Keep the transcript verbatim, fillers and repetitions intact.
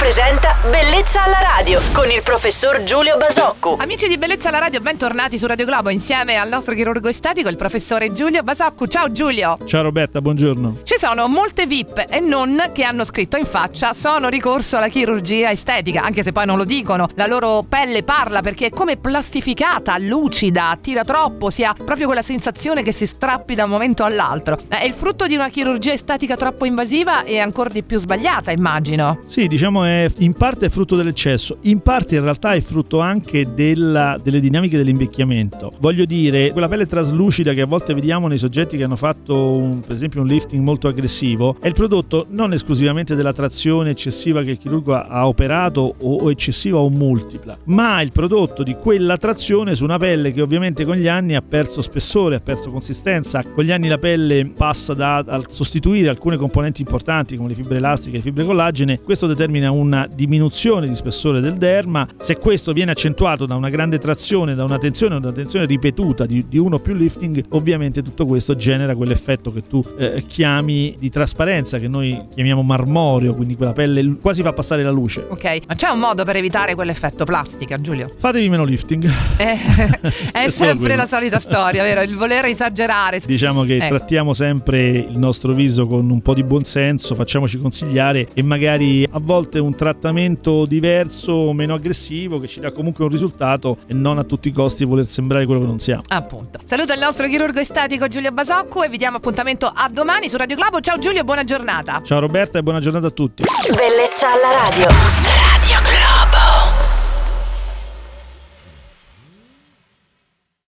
presenta Bellezza alla radio con il professor Giulio Basocco. Amici di Bellezza alla radio, bentornati su Radio Globo insieme al nostro chirurgo estetico, il professore Giulio Basocco. Ciao Giulio. Ciao Roberta, buongiorno. Ci sono molte V I P e non che hanno scritto in faccia: sono ricorso alla chirurgia estetica, anche se poi non lo dicono. La loro pelle parla perché è come plastificata, lucida, tira troppo, si ha proprio quella sensazione che si strappi da un momento all'altro. È il frutto di una chirurgia estetica troppo invasiva e ancora di più sbagliata, immagino. Sì, diciamo è in parte è frutto dell'eccesso, in parte in realtà è frutto anche della, delle dinamiche dell'invecchiamento. Voglio dire, quella pelle traslucida che a volte vediamo nei soggetti che hanno fatto un, per esempio un lifting molto aggressivo è il prodotto non esclusivamente della trazione eccessiva che il chirurgo ha, ha operato o, o eccessiva o multipla, ma il prodotto di quella trazione su una pelle che ovviamente con gli anni ha perso spessore, ha perso consistenza. Con gli anni la pelle passa da a sostituire alcune componenti importanti come le fibre elastiche e le fibre collagene. Questo determina una diminuzione di spessore del derma. Se questo viene accentuato da una grande trazione, da una tensione, una tensione ripetuta di, di uno o più lifting, ovviamente tutto questo genera quell'effetto che tu eh, chiami di trasparenza, che noi chiamiamo marmoreo, quindi quella pelle quasi fa passare la luce. Ok, ma c'è un modo per evitare quell'effetto plastica, Giulio? Fatevi meno lifting. Eh, è sempre la solita storia, vero? Il voler esagerare. Diciamo che ecco. Trattiamo sempre il nostro viso con un po' di buonsenso, facciamoci consigliare e magari a volte un trattamento diverso, meno aggressivo, che ci dà comunque un risultato e non a tutti i costi voler sembrare quello che non siamo. Appunto. Saluto il nostro chirurgo estetico Giulio Basocco e vi diamo appuntamento a domani su Radio Globo. Ciao Giulio, buona giornata. Ciao Roberta e buona giornata a tutti. Bellezza alla radio. Radio